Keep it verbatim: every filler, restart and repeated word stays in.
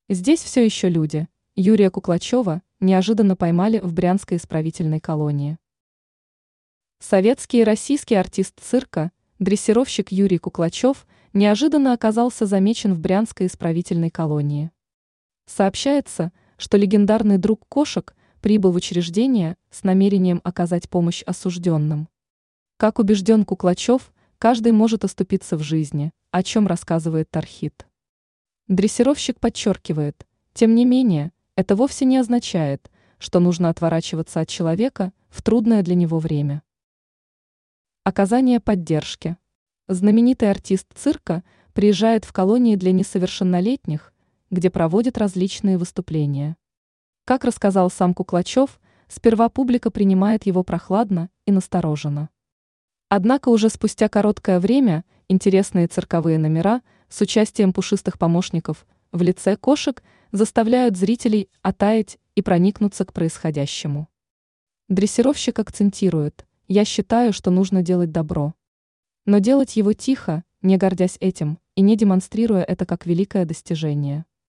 Здесь все еще люди. Юрия Куклачева неожиданно поймали в Брянской исправительной колонии. Советский и российский артист цирка, дрессировщик Юрий Куклачев неожиданно оказался замечен в Брянской исправительной колонии. Сообщается, что легендарный друг кошек прибыл в учреждение с намерением оказать помощь осужденным. Как убежден Куклачев, каждый может оступиться в жизни, о чем рассказывает Тархит. Дрессировщик подчеркивает, тем не менее, это вовсе не означает, что нужно отворачиваться от человека в трудное для него время. Оказание поддержки. Знаменитый артист цирка приезжает в колонии для несовершеннолетних, где проводит различные выступления. Как рассказал сам Куклачев, сперва публика принимает его прохладно и настороженно. Однако уже спустя короткое время интересные цирковые номера с участием пушистых помощников в лице кошек заставляют зрителей оттаять и проникнуться к происходящему. Дрессировщик акцентирует: «Я считаю, что нужно делать добро. Но делать его тихо, не гордясь этим и не демонстрируя это как великое достижение».